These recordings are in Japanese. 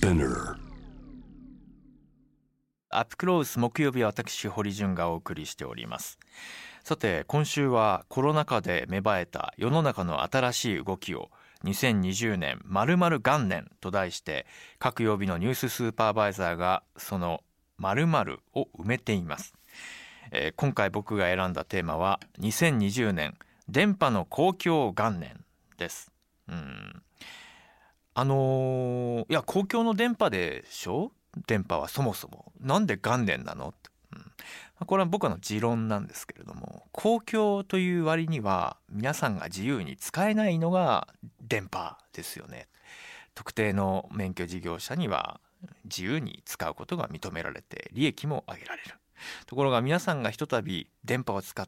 Spinner。 アップクロース木曜日は私堀潤がお送りしております。さて今週はコロナ禍で芽生えた世の中の新しい動きを2020年〇〇元年と題して各曜日のニューススーパーバイザーがその〇〇を埋めています。今回僕が選んだテーマは2020年電波の公共元年です。いや公共の電波でしょ。電波はそもそもなんで元年なのって、これは僕の持論なんですけれども、公共という割には皆さんが自由に使えないのが電波ですよね。特定の免許事業者には自由に使うことが認められて利益も上げられる。ところが皆さんがひとたび電波を使って、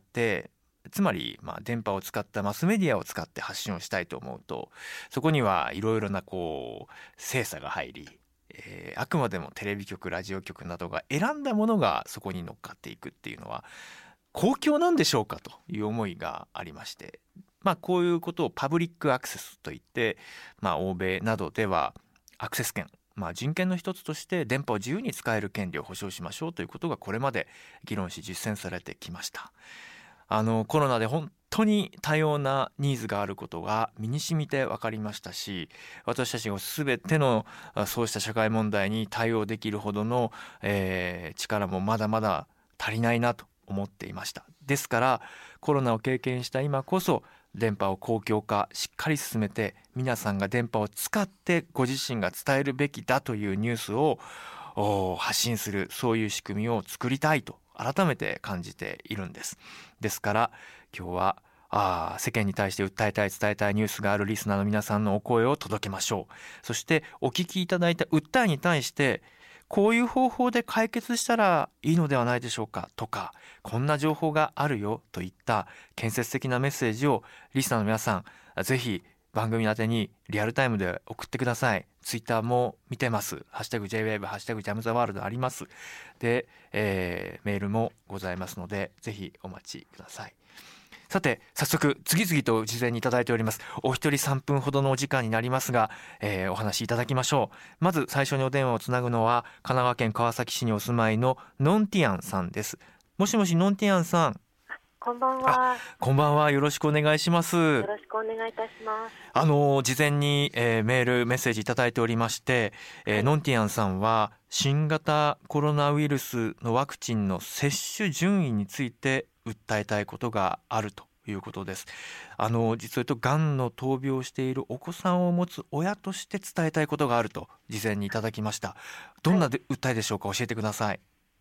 つまり電波を使ったマスメディアを使って発信をしたいと思うと、そこにはいろいろな精査が入り、あくまでもテレビ局ラジオ局などが選んだものがそこに乗っかっていくっていうのは公共なんでしょうかという思いがありまして、こういうことをパブリックアクセスといって、欧米などではアクセス権、人権の一つとして電波を自由に使える権利を保障しましょうということがこれまで議論し実践されてきました。コロナで本当に多様なニーズがあることが身に染みて分かりましたし、私たちが全てのそうした社会問題に対応できるほどの、力もまだまだ足りないなと思っていました。ですからコロナを経験した今こそ電波を公共化しっかり進めて、皆さんが電波を使ってご自身が伝えるべきだというニュースを発信する、そういう仕組みを作りたいと改めて感じているんです。ですから今日は世間に対して訴えたい伝えたいニュースがあるリスナーの皆さんのお声を届けましょう。そしてお聞きいただいた訴えに対して、こういう方法で解決したらいいのではないでしょうかとか、こんな情報があるよといった建設的なメッセージをリスナーの皆さんぜひ番組宛てにリアルタイムで送ってください。ツイッターも見てます。ハッシュタグ JWAVE ハッシュタグジャムザワールドありますで、メールもございますのでぜひお待ちください。さて早速次々と事前にいただいております。お一人3分ほどのお時間になりますが、お話しいただきましょう。まず最初にお電話をつなぐのは神奈川県川崎市にお住まいのノンティアンさんです。もしもしノンティアンさん。 こんばんは。 こんばんは。よろしくお願いします。 よろしくお願いいたします。 事前に、メッセージいただいておりまして、ノンティアンさんは新型コロナウイルスのワクチンの接種順位について訴えたいことがあるということです。実を言うとがんの闘病をしているお子さんを持つ親として伝えたいことがあると事前にいただきました。どんな訴えでしょうか。教えてください。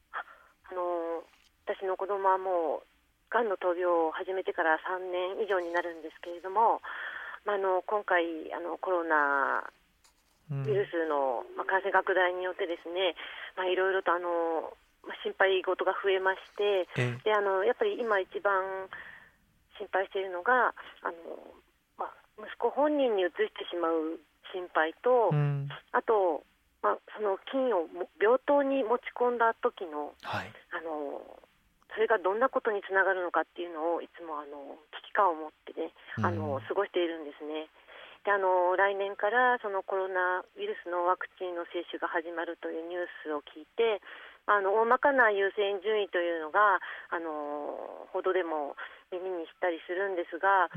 私の子供はもうがんの闘病を始めてから3年以上になるんですけれども、今回コロナウイルスの感染拡大によってですね、いろいろと心配事が増えまして、でやっぱり今一番心配しているのが息子本人にうつしてしまう心配と、あと、その菌を病棟に持ち込んだ時の、それがどんなことにつながるのかっていうのをいつも危機感を持ってね過ごしているんですね。で来年からそのコロナウイルスのワクチンの接種が始まるというニュースを聞いて、大まかな優先順位というのが報道でも耳にしたりするんですが、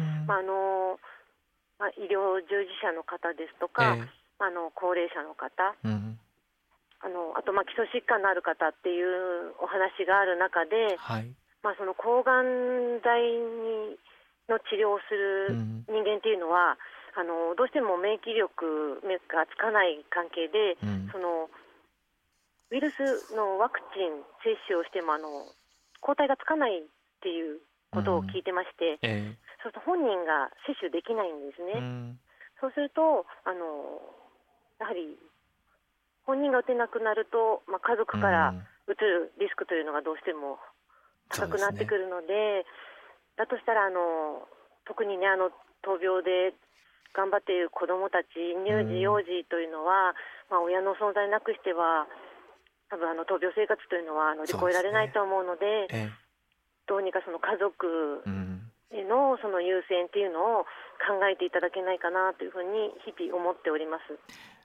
医療従事者の方ですとか、高齢者の方、あと基礎疾患のある方っていうお話がある中で、その抗がん剤の治療をする人間っていうのは、どうしても免疫力がつかない関係で、そのウイルスのワクチン接種をしても抗体がつかないっていうことを聞いてまして、そうすると本人が接種できないんですね。そうするとやはり本人が打てなくなると、家族からうつるリスクというのがどうしても高くなってくるので、だとしたら特にね闘病で頑張っている子どもたち、乳児幼児というのは、親の存在なくしては多分闘病生活というのは乗り越えられないと思うので、どうにかその家族へのその優先っていうのを考えていただけないかなというふうに日々思っております。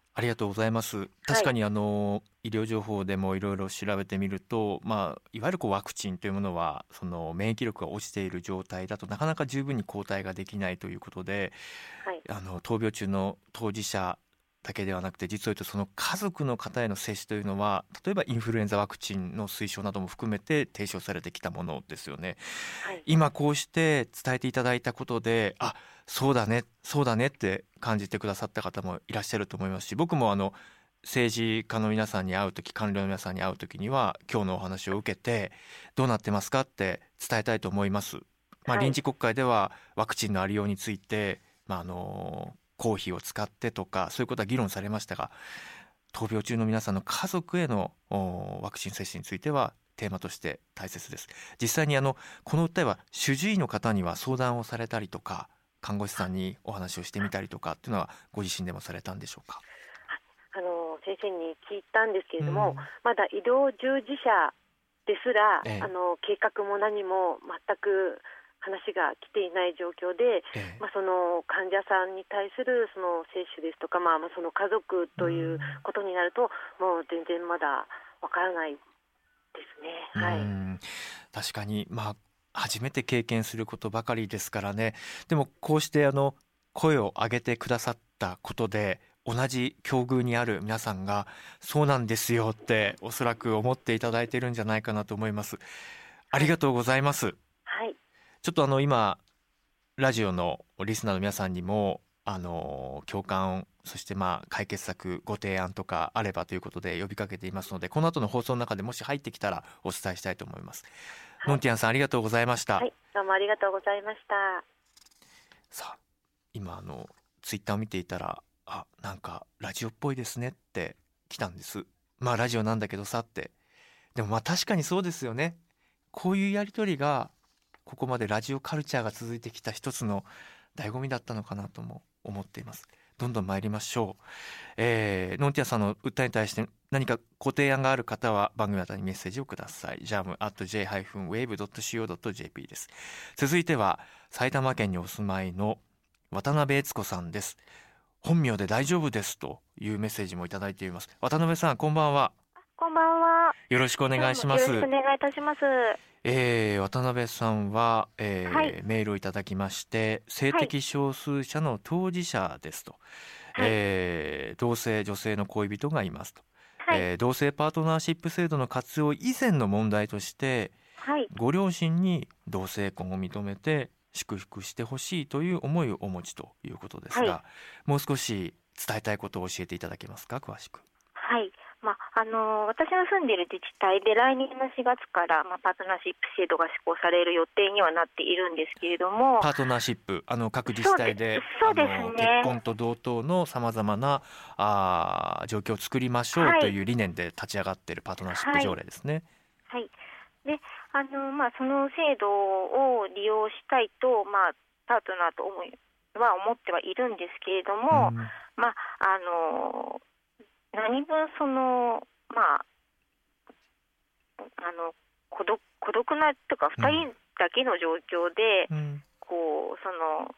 ありがとうございます。確かに医療情報でもいろいろ調べてみると、いわゆるワクチンというものはその免疫力が落ちている状態だとなかなか十分に抗体ができないということで、 はい、 闘病中の当事者だけではなくて、実を言うとその家族の方への接種というのは、例えばインフルエンザワクチンの推奨なども含めて提唱されてきたものですよね。 はい、 今こうして伝えていただいたことで、そうだねそうだねって感じてくださった方もいらっしゃると思いますし、僕も政治家の皆さんに会うとき、官僚の皆さんに会うときには今日のお話を受けてどうなってますかって伝えたいと思います。臨時国会ではワクチンのありようについて、公費を使ってとかそういうことは議論されましたが、闘病中の皆さんの家族へのワクチン接種についてはテーマとして大切です。実際にこの訴えは主治医の方には相談をされたりとか、看護師さんにお話をしてみたりとかっていうのはご自身でもされたんでしょうか？ 先生に聞いたんですけれども、まだ医療従事者ですら、計画も何も全く話が来ていない状況で、その患者さんに対するその接種ですとか、その家族ということになると、もう全然まだわからないですね。はい、 確かに初めて経験することばかりですからね。でもこうして声を上げてくださったことで、同じ境遇にある皆さんがそうなんですよっておそらく思っていただいているんじゃないかなと思います。ありがとうございます。 はい、 ちょっと今ラジオのリスナーの皆さんにも共感、そして解決策ご提案とかあればということで呼びかけていますので、この後の放送の中でもし入ってきたらお伝えしたいと思います。ノンティアンさん、ありがとうございました。 はい、どうもありがとうございました。 さあ、今ツイッターを見ていたら、なんかラジオっぽいですねって来たんです。ラジオなんだけどさって。でも確かにそうですよね。こういうやり取りがここまでラジオカルチャーが続いてきた一つの醍醐味だったのかなとも思っています。どんどん参りましょう。ノンティアさんの訴えに対して何かご提案がある方は番組宛にメッセージをください。jam@j-wave.co.jp です。続いては埼玉県にお住まいの渡辺悦子さんです。本名で大丈夫ですというメッセージもいただいています。渡辺さん、こんばんは。 こんばんは。 よろしくお願いします。 よろしくお願いいたします。 渡辺さんは、 はい、 メールをいただきまして、性的少数者の当事者ですと、同性女性の恋人がいますと、同性パートナーシップ制度の活用以前の問題として、ご両親に同性婚を認めて祝福してほしいという思いをお持ちということですが、もう少し伝えたいことを教えていただけますか？詳しく。 はい、私の住んでいる自治体で来年の4月から、パートナーシップ制度が施行される予定にはなっているんですけれども、 パートナーシップ、各自治体でそうですね、 結婚と同等のさまざまな状況を作りましょうという理念で立ち上がっているパートナーシップ条例ですね。 はい、でその制度を利用したいと、パートナーと思ってはいるんですけれども、何分孤独なとか2人だけの状況で、その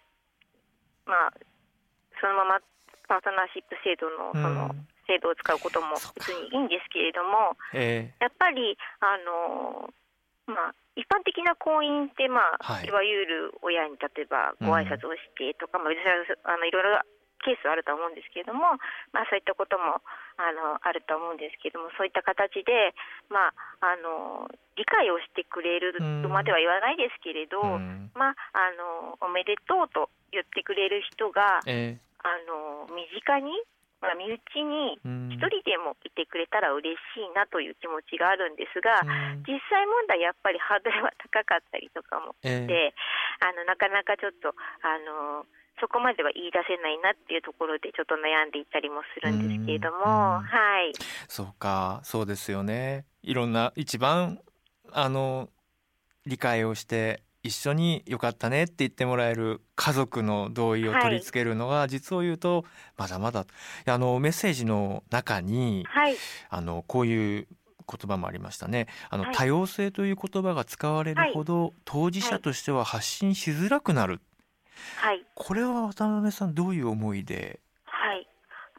ままパートナーシップ制度の制度を使うことも別にいいんですけれども、やっぱり一般的な婚姻って、いわゆる親に例えばご挨拶をしてとか、いろいろケースはあると思うんですけれども、そういったこともあると思うんですけれども、そういった形で、理解をしてくれるとまでは言わないですけれど、おめでとうと言ってくれる人が、身近に、身内に一人でもいてくれたら嬉しいなという気持ちがあるんですが、実際問題やっぱりハードルは高かったりとかもして、なかなかちょっとそこまでは言い出せないなっていうところでちょっと悩んでいたりもするんですけれども、 そうですよね。いろんな一番理解をして一緒によかったねって言ってもらえる家族の同意を取り付けるのが、実を言うとまだまだメッセージの中に、こういう言葉もありましたね。多様性という言葉が使われるほど、当事者としては発信しづらくなる。これは渡辺さんどういう思いで？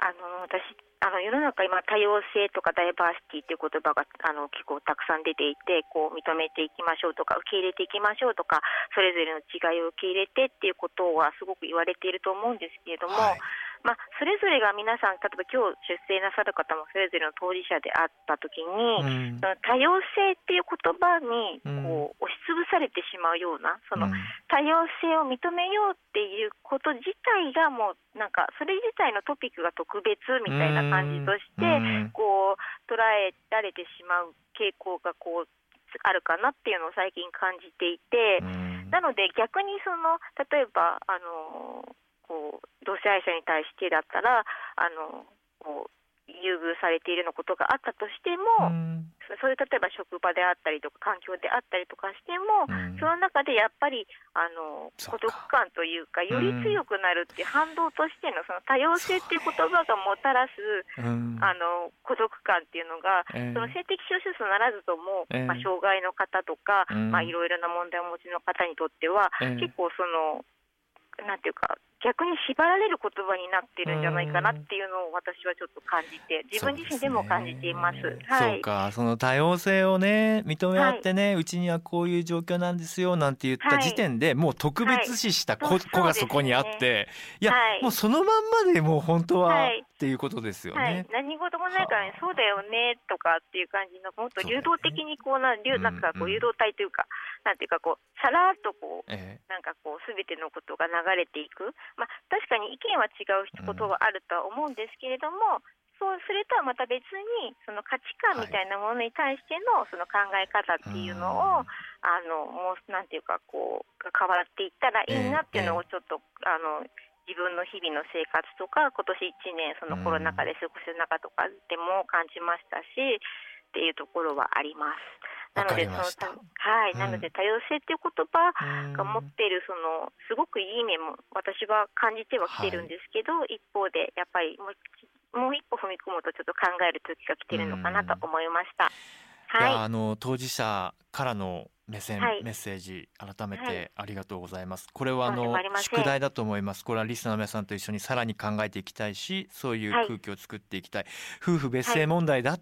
私世の中今多様性とかダイバーシティという言葉が結構たくさん出ていて、こう認めていきましょうとか受け入れていきましょうとか、それぞれの違いを受け入れてっていうことはすごく言われていると思うんですけれども、それぞれが皆さん、例えば今日出世なさる方もそれぞれの当事者であったときに、その多様性っていう言葉にこう押しつぶされてしまうような、その多様性を認めようっていうこと自体がもうなんかそれ自体のトピックが特別みたいな感じとしてこう捉えられてしまう傾向がこうあるかなっていうのを最近感じていて、なので逆に例えばこう同性愛者に対してだったらこう優遇されているようなことがあったとしても、そういう例えば職場であったりとか環境であったりとかしても、その中でやっぱり孤独感というかより強くなるっていう反動としてのその多様性っていう言葉がもたらす孤独感っていうのが、その性的少数とならずとも、障害の方とか、いろいろな問題をお持ちの方にとっては、結構なんていうか逆に縛られる言葉になってるんじゃないかなっていうのを私はちょっと感じて、自分自身でも感じています。 そうか、その多様性をね認め合ってね、うちにはこういう状況なんですよなんて言った時点で、もう特別視した子がそこにあって、いや、もうそのまんまでもう本当はっていうことですよね。 何事もないからね、そうだよねとかっていう感じのもっと流動的にこうなんかこう誘導体というか、なんていうかこうさらっとこう、なんかこう全てのことが流れていく、確かに意見は違うことはあるとは思うんですけれども、それとはまた別にその価値観みたいなものに対してのその考え方っていうのを、もうなんていうかこう変わっていったらいいなっていうのをちょっと自分の日々の生活とか今年1年そのコロナ禍で過ごす中とかでも感じましたしっていうところはあります。なのでなので多様性っていう言葉が持っているすごくいい面も私は感じてはきてるんですけど、一方でやっぱりもう一歩踏み込むとちょっと考える時が来てるのかなと思いました。 いや当事者からの目線、メッセージ改めてありがとうございます。これは宿題だと思います。これはリスナーの皆さんと一緒にさらに考えていきたいし、そういう空気を作っていきたい、夫婦別姓問題だって、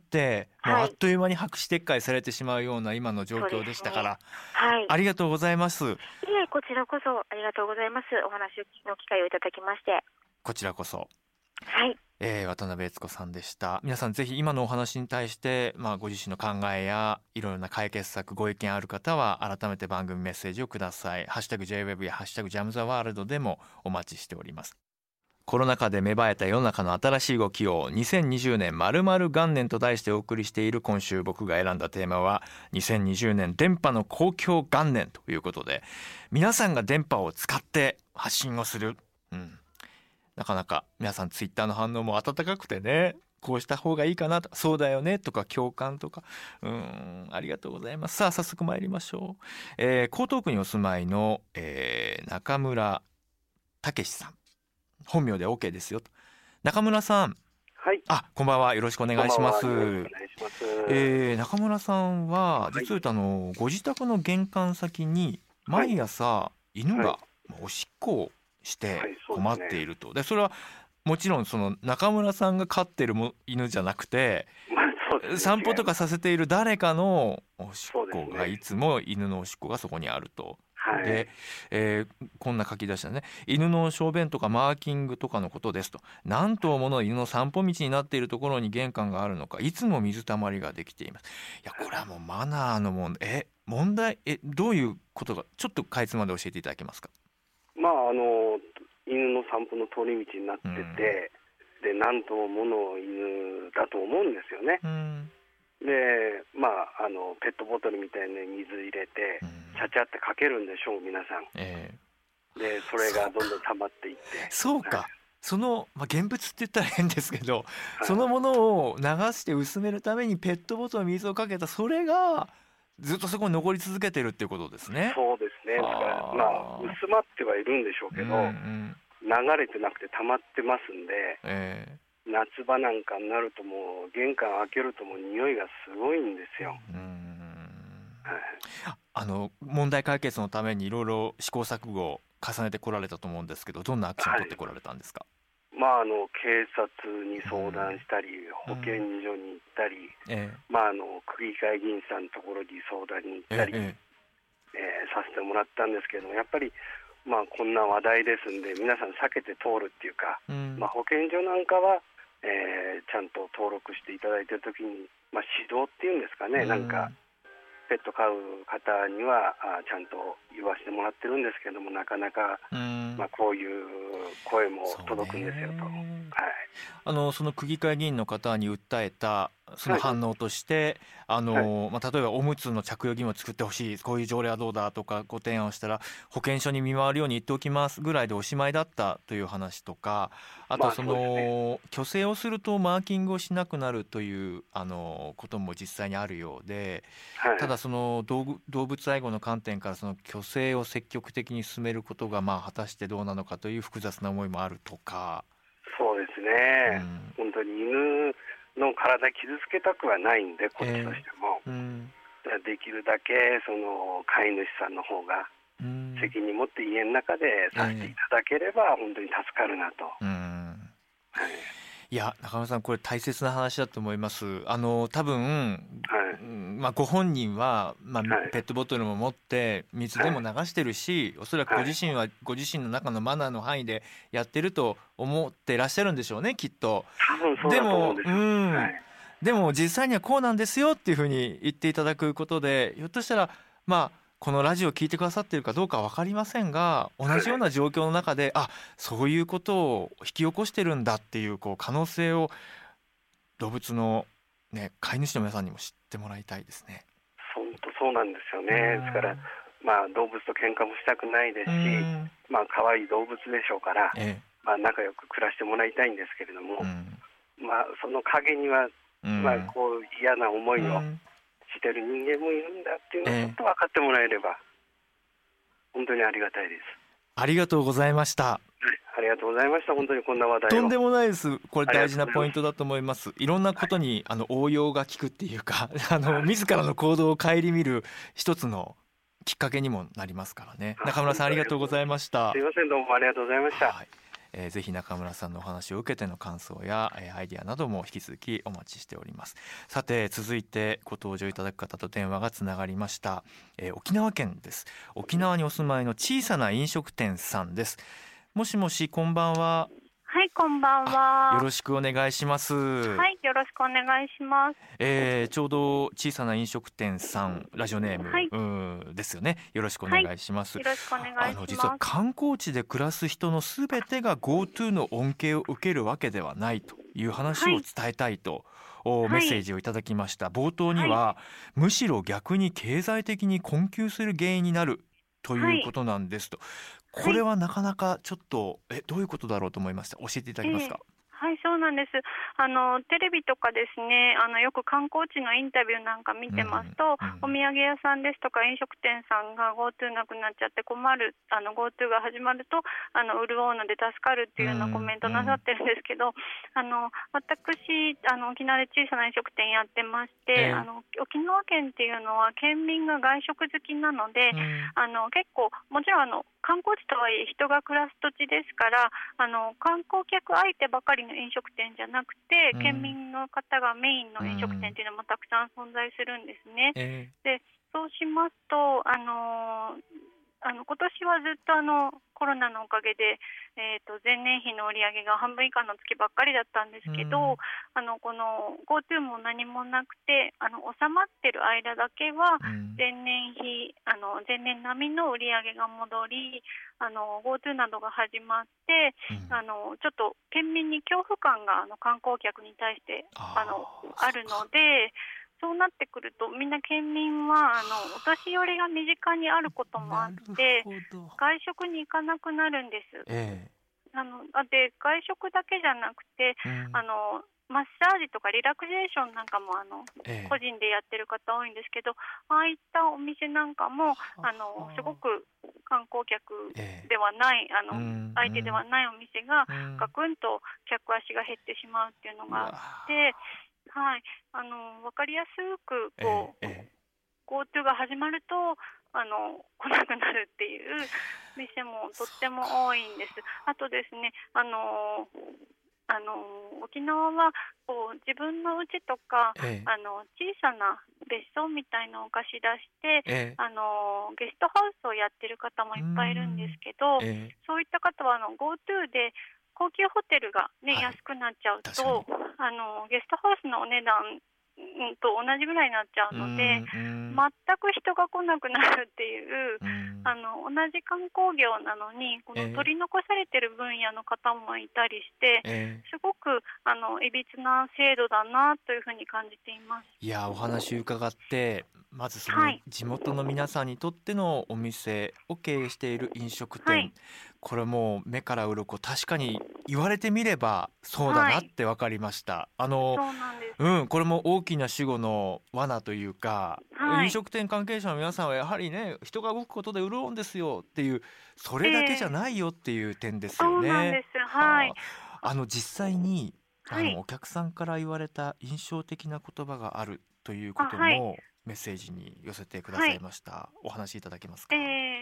もうあっという間に白紙撤回されてしまうような今の状況でしたから、ありがとうございます。 こちらこそありがとうございます。お話の機会をいただきまして。 こちらこそ。渡辺悦子さんでした。皆さんぜひ今のお話に対して、ご自身の考えやいろいろな解決策ご意見ある方は改めて番組メッセージをください。ハッシュタグ JWEB やハッシュタグジャムザワールドでもお待ちしております。コロナ禍で芽生えた世の中の新しい動きを2020年〇〇元年と題してお送りしている今週僕が選んだテーマは2020年電波の公共元年ということで、皆さんが電波を使って発信をする、なかなか皆さんツイッターの反応も温かくてね、こうした方がいいかなと、そうだよねとか共感とか、ありがとうございます。さあ早速参りましょう。江東区にお住まいの、中村武さん、本名で OK ですよと。中村さん、こんばんは、よろしくお願いします。中村さんは実はご自宅の玄関先に毎朝犬がおしっこをして困っていると。でそれはもちろんその中村さんが飼ってる犬じゃなくて、散歩とかさせている誰かのおしっこがいつも犬のおしっこがそこにあると。で、こんな書き出したね。犬の小便とかマーキングとかのことですと。何頭もの犬の散歩道になっているところに玄関があるのか、いつも水たまりができています。いやこれはもうマナーの問題、どういうことかちょっとかいつまで教えていただけますか。 犬の散歩の通り道になってて、で何頭もの犬だと思うんですよね。でペットボトルみたいに水入れてちゃちゃってかけるんでしょう皆さん。でそれがどんどん溜まっていって、 そうか、その、現物って言ったら変ですけど、そのものを流して薄めるためにペットボトルに水をかけた、それがずっとそこに残り続けてるっていうことですね。 そうですね。だから薄まってはいるんでしょうけど、流れてなくて溜まってますんで、夏場なんかになるともう玄関開けるともう匂いがすごいんですよ。 問題解決のためにいろいろ試行錯誤を重ねてこられたと思うんですけど、どんなアクションを取ってこられたんですか。 警察に相談したり、保健所に行ったり、区議会議員さんのところに相談に行ったり、させてもらったんですけども、やっぱりこんな話題ですんで皆さん避けて通るっていうか、保健所なんかは、ちゃんと登録していただいているときに、指導っていうんですかね、なんかペット飼う方にはちゃんと言わせてもらってるんですけども、なかなか、こういう声も届くんですよと。 その区議会議員の方に訴えたその反応として、例えばおむつの着用義務を作ってほしい、こういう条例はどうだとかご提案をしたら、保健所に見回るように言っておきますぐらいでおしまいだったという話とか、あと去勢をするとマーキングをしなくなるということも実際にあるようで、ただその動物愛護の観点からその去勢を積極的に進めることが果たしてどうなのかという複雑な思いもあるとか。 そうですね、本当に犬の体傷つけたくはないんで、こっちとしても、できるだけその飼い主さんの方が責任持って家の中でさせていただければ本当に助かるなと。 いや、中村さん、これ大切な話だと思います。多分、ご本人は、ペットボトルも持って水でも流してるし、おそらくご自身はご自身の中のマナーの範囲でやってると思ってらっしゃるんでしょうね、きっと。 でも実際にはこうなんですよっていうふうに言っていただくことで、ひょっとしたらこのラジオを聞いてくださっているかどうかは分かりませんが、同じような状況の中でそういうことを引き起こしてるんだっていう可能性を動物の、飼い主の皆さんにも知ってもらいたいですね。 本当そうなんですよね。ですから動物と喧嘩もしたくないですし、可愛い動物でしょうから、仲良く暮らしてもらいたいんですけれども、その陰には、こう嫌な思いをしてる人間もいるんだっていうのをちょっと分かってもらえれば本当にありがたいです。 ありがとうございました。 ありがとうございました。本当にこんな話題を。 とんでもないです。これ大事なポイントだと思います。いろんなことに応用が効くっていうか自らの行動を顧みる一つのきっかけにもなりますからね。中村さん、ありがとうございました。 すいません、どうもありがとうございました。 ぜひ中村さんのお話を受けての感想やアイディアなども引き続きお待ちしております。さて、続いてご登場いただく方と電話がつながりました。沖縄県です。沖縄にお住まいの小さな飲食店さんです。もしもし、こんばんは。 はい、こんばんは。 よろしくお願いします。 はい、よろしくお願いします。 ちょうど小さな飲食店さん、ラジオネーム、ですよね。よろしくお願いします。 よろしくお願いします。 実は観光地で暮らす人のすべてが GoTo の恩恵を受けるわけではないという話を伝えたいと、メッセージをいただきました。冒頭には、むしろ逆に経済的に困窮する原因になるということなんですと。これはなかなかちょっとどういうことだろうと思いました。教えていただけますか。 はい、そうなんです。テレビとかですね、よく観光地のインタビューなんか見てますと、お土産屋さんですとか飲食店さんが GoTo なくなっちゃって困る、GoTo が始まると潤うので助かるっていうようなコメントなさってるんですけど、私沖縄で小さな飲食店やってまして、沖縄県っていうのは県民が外食好きなので、結構もちろん観光地とはいえ人が暮らす土地ですから、観光客相手ばかりの飲食店じゃなくて、県民の方がメインの飲食店っていうのもたくさん存在するんですね。で、そうしますと今年はずっとコロナのおかげで、前年比の売り上げが半分以下の月ばっかりだったんですけど、この GoTo も何もなくて収まってる間だけは前年並みの売り上げが戻り、GoTo などが始まって、ちょっと県民に恐怖感が観光客に対してあるので、そうなってくるとみんな県民はお年寄りが身近にあることもあって外食に行かなくなるんです。で、外食だけじゃなくて、マッサージとかリラクゼーションなんかも個人でやってる方多いんですけど、ああいったお店なんかもすごく観光客ではない、相手ではないお店がガクンと客足が減ってしまうっていうのがあって、分かりやすくGoTo が始まると来なくなるっていう。 店もとっても多いんです。あとですね、沖縄はこう自分の家とか、小さな別荘みたいのを貸し出して、ゲストハウスをやってる方もいっぱいいるんですけど、そういった方はGoTo で高級ホテルが、ね、安くなっちゃうとゲストハウスのお値段と同じぐらいになっちゃうので、全く人が来なくなるっていう、同じ観光業なのにこの取り残されてる分野の方もいたりして、すごくいびつな制度だなというふうに感じています。 いや、お話伺ってまずその地元の皆さんにとってのお店を経営している飲食店、これも目から鱗、確かに言われてみればそうだなって分かりました。 そうなんです。 これも大きな死後の罠というか、飲食店関係者の皆さんはやはりね、人が動くことで潤うんですよっていう、それだけじゃないよっていう点ですよね。 そうなんです。 実際にお客さんから言われた印象的な言葉があるということもメッセージに寄せてくださいました。お話しいただけますか。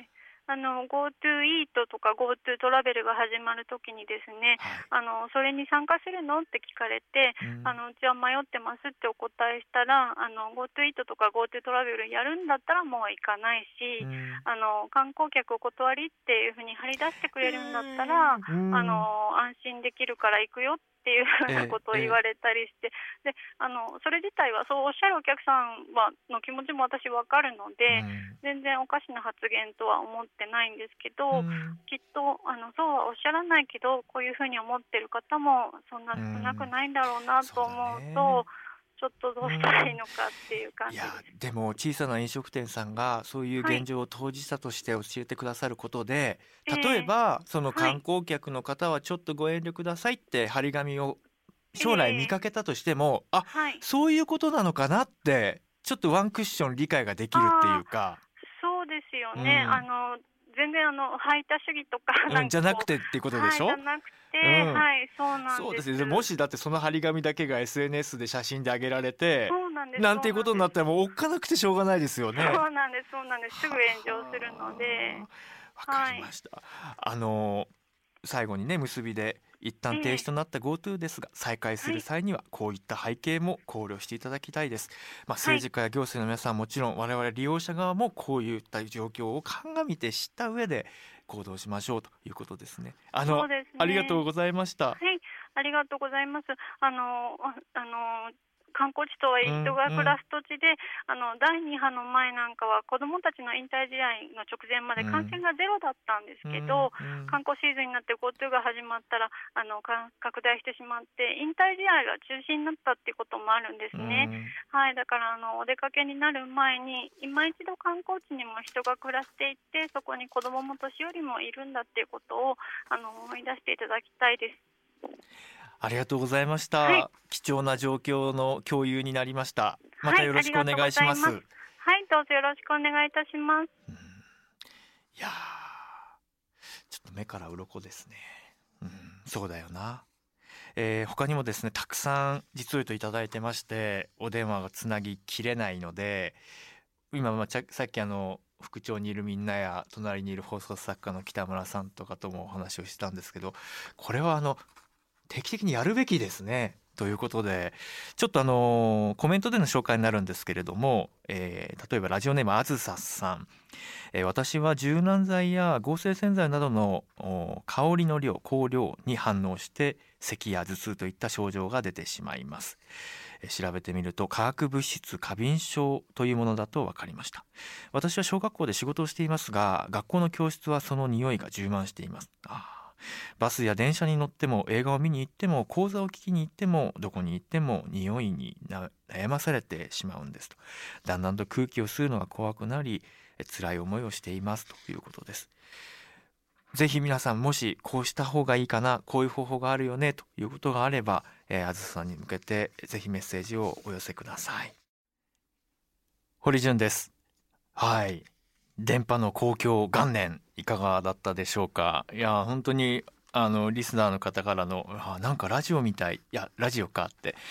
GoTo イートとか GoTo トラベルが始まるときにですね、それに参加するのって聞かれて、うちは迷ってますってお答えしたら、GoTo イートとか GoTo トラベルやるんだったらもう行かないし、観光客お断りっていうふうに張り出してくれるんだったら、安心できるから行くよっていうふうなことを言われたりして、でそれ自体はそうおっしゃるお客さんの気持ちも私分かるので、全然おかしな発言とは思ってないんですけど、きっとそうはおっしゃらないけど、こういうふうに思ってる方もそんな少なくないんだろうなと思うと、ちょっとどうしたらいいのかっていう感じです。 いや、でも小さな飲食店さんがそういう現状を当事者として教えてくださることで、例えばその観光客の方はちょっとご遠慮くださいって張り紙を将来見かけたとしても、そういうことなのかなってちょっとワンクッション理解ができるっていうか。 そうですよね。全然排他主義とかじゃなくてっていうことでしょ。 じゃなくて、そうなんです。 そうですね。もしだってその張り紙だけが SNS で写真で上げられて、なんていうことになったらもうおっかなくてしょうがないですよね。 そうなんです。すぐ炎上するので。 わかりました。最後にね、結びで一旦停止となった GoTo ですが、再開する際にはこういった背景も考慮していただきたいです。政治家や行政の皆さんもちろん、我々利用者側もこういった状況を鑑みて知った上で行動しましょうということですね。 そうですね。 ありがとうございました。 ありがとうございます。観光地とはいえ人が暮らす土地で、第2波の前なんかは子どもたちの引退試合の直前まで感染がゼロだったんですけど、観光シーズンになって GoTo が始まったら拡大してしまって引退試合が中止になったっていうこともあるんですね。だからお出かけになる前に今一度観光地にも人が暮らしていて、そこに子どもも年寄りもいるんだっていうことを思い出していただきたいです。 ありがとうございました。貴重な状況の共有になりました。またよろしくお願いします。 どうぞよろしくお願いいたします。 いや、ちょっと目から鱗ですね。そうだよな。他にもですね、たくさん実を言うといただいてまして、お電話がつなぎきれないので、今さっき副庁にいるみんなや隣にいる放送作家の北村さんとかともお話をしてたんですけど、これは定期的にやるべきですねということで、ちょっとコメントでの紹介になるんですけれども、例えばラジオネームあずささん、私は柔軟剤や合成洗剤などの香りの量、香料に反応して咳や頭痛といった症状が出てしまいます。調べてみると化学物質過敏症というものだと分かりました。私は小学校で仕事をしていますが、学校の教室はその匂いが充満しています。バスや電車に乗っても、映画を見に行っても、講座を聞きに行っても、どこに行っても匂いに悩まされてしまうんですと。だんだんと空気を吸うのが怖くなり、辛い思いをしていますということです。ぜひ皆さん、もしこうした方がいいかな、こういう方法があるよねということがあれば、あずさんに向けてぜひメッセージをお寄せください。堀潤です。電波の公共元年いかがだったでしょうか。いや、本当にリスナーの方からのなんかラジオみたい、いやラジオかって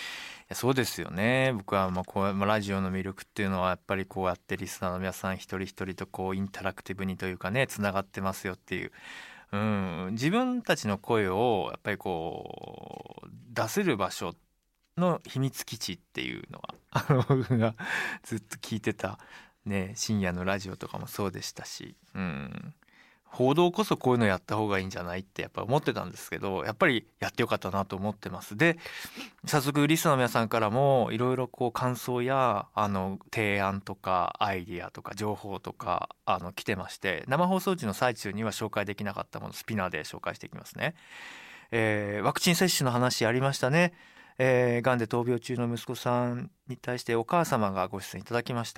そうですよね。僕はこうラジオの魅力っていうのはやっぱりこうやってリスナーの皆さん一人一人とこうインタラクティブにというかねつながってますよっていう、自分たちの声をやっぱりこう出せる場所の秘密基地っていうのは僕がずっと聞いてた、ね、深夜のラジオとかもそうでしたし、報道こそこういうのやった方がいいんじゃないってやっぱ思ってたんですけど、やっぱりやってよかったなと思ってます。で早速リスナーの皆さんからもいろいろこう感想や提案とかアイディアとか情報とか来てまして、生放送時の最中には紹介できなかったものスピナーで紹介していきますね。ワクチン接種の話ありましたね。がんで闘病中の息子さんに対してお母様がご出演いただきました。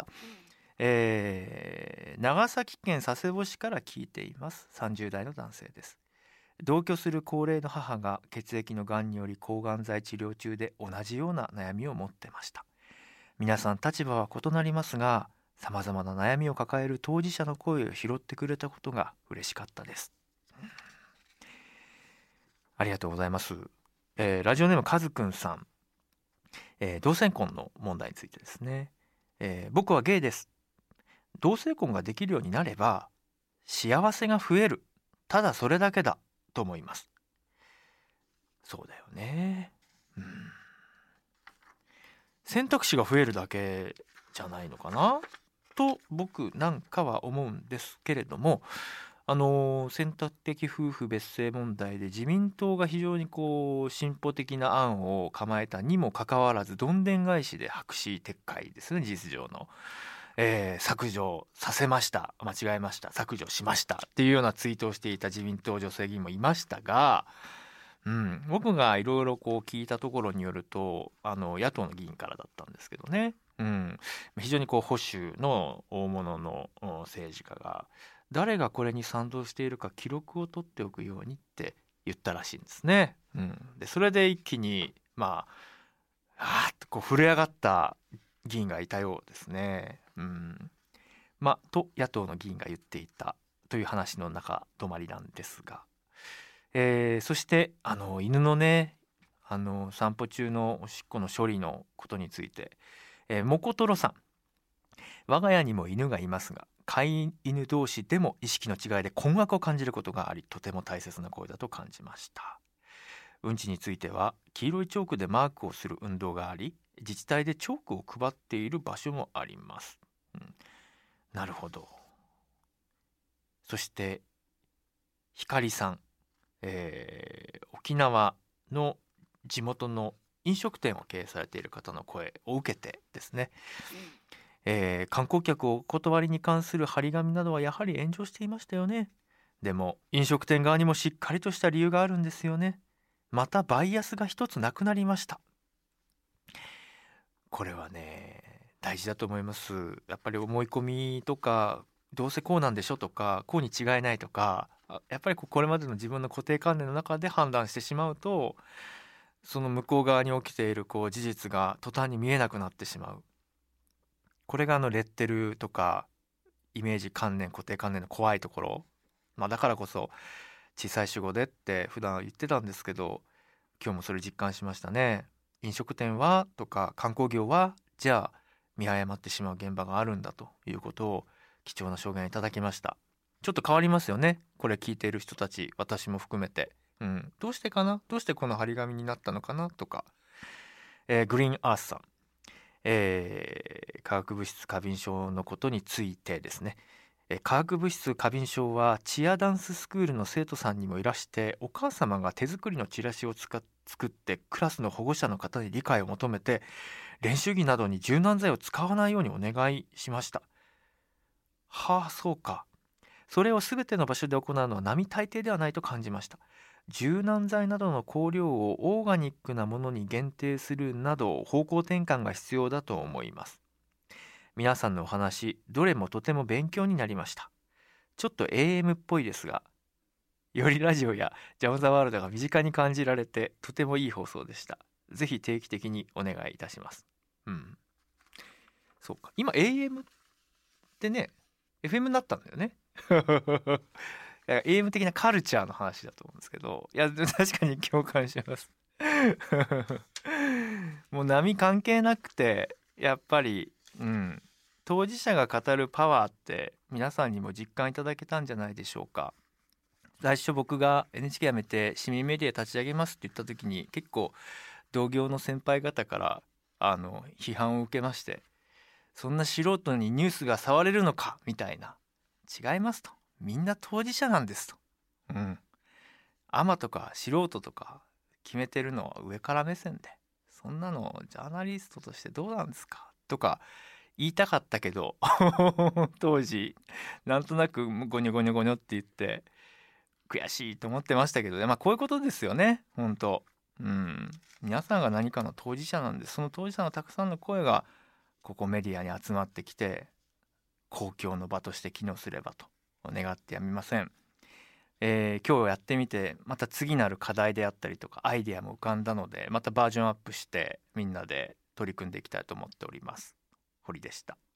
長崎県佐世保市から聞いています。30代の男性です。同居する高齢の母が血液のがんにより抗がん剤治療中で同じような悩みを持ってました。皆さん立場は異なりますが、さまざまな悩みを抱える当事者の声を拾ってくれたことが嬉しかったです。ありがとうございます。ラジオネームカズくんさん、同性婚の問題についてですね。僕はゲイです。同性婚ができるようになれば幸せが増える、ただそれだけだと思います。そうだよね、選択肢が増えるだけじゃないのかなと僕なんかは思うんですけれども、選択的夫婦別姓問題で自民党が非常にこう進歩的な案を構えたにもかかわらず、どんでん返しで白紙撤回ですね、事実上の。削除させました、間違えました、削除しましたっていうようなツイートをしていた自民党女性議員もいましたが、僕がいろいろこう聞いたところによると野党の議員からだったんですけどね、非常にこう保守の大物の政治家が誰がこれに賛同しているか記録を取っておくようにって言ったらしいんですね。でそれで一気にこう震え上がった議員がいたようですね。と野党の議員が言っていたという話の中止まりなんですが、そして犬のね散歩中のおしっこの処理のことについて、もことろさん、我が家にも犬がいますが飼い犬同士でも意識の違いで困惑を感じることがあり、とても大切な声だと感じました。うんちについては黄色いチョークでマークをする運動があり、自治体でチョークを配っている場所もあります。なるほど。そして光さん、沖縄の地元の飲食店を経営されている方の声を受けてですね、観光客をお断りに関する張り紙などはやはり炎上していましたよね。でも飲食店側にもしっかりとした理由があるんですよね。またバイアスが一つなくなりました。これはね大事だと思います。やっぱり思い込みとかどうせこうなんでしょとかこうに違いないとか、やっぱりこれまでの自分の固定観念の中で判断してしまうと、その向こう側に起きている事実が途端に見えなくなってしまう。これがレッテルとかイメージ観念固定観念の怖いところ、だからこそ小さい主語でって普段言ってたんですけど、今日もそれ実感しましたね。飲食店はとか観光業はじゃあ見誤ってしまう現場があるんだということを貴重な証言いただきました。ちょっと変わりますよね、これ聞いている人たち、私も含めて、どうしてかな、どうしてこの張り紙になったのかなとか、グリーンアースさん、化学物質過敏症のことについてですね、化学物質過敏症はチアダンススクールの生徒さんにもいらして、お母様が手作りのチラシを作ってクラスの保護者の方に理解を求めて、練習着などに柔軟剤を使わないようにお願いしました。そうか。それを全ての場所で行うのは並大抵ではないと感じました。柔軟剤などの香料をオーガニックなものに限定するなど方向転換が必要だと思います。皆さんのお話どれもとても勉強になりました。ちょっと AM っぽいですが、よりラジオやジャム・ザ・ワールドが身近に感じられてとてもいい放送でした。ぜひ定期的にお願いいたします。そうか、今 AM ってね FM になったんだよねAM 的なカルチャーの話だと思うんですけど、いや確かに共感しますもう波関係なくてやっぱり、当事者が語るパワーって皆さんにも実感いただけたんじゃないでしょうか。最初僕が NHK 辞めて市民メディア立ち上げますって言った時に結構同業の先輩方から批判を受けまして、そんな素人にニュースが触れるのかみたいな。違いますと、みんな当事者なんですと。アマとか素人とか決めてるのは上から目線で、そんなのジャーナリストとしてどうなんですかとか言いたかったけど当時なんとなくゴニョゴニョゴニョって言って悔しいと思ってましたけどね。こういうことですよね本当。皆さんが何かの当事者なんで、その当事者のたくさんの声がここメディアに集まってきて公共の場として機能すればと願ってやみません。今日やってみてまた次なる課題であったりとかアイデアも浮かんだので、またバージョンアップしてみんなで取り組んでいきたいと思っております。堀でした。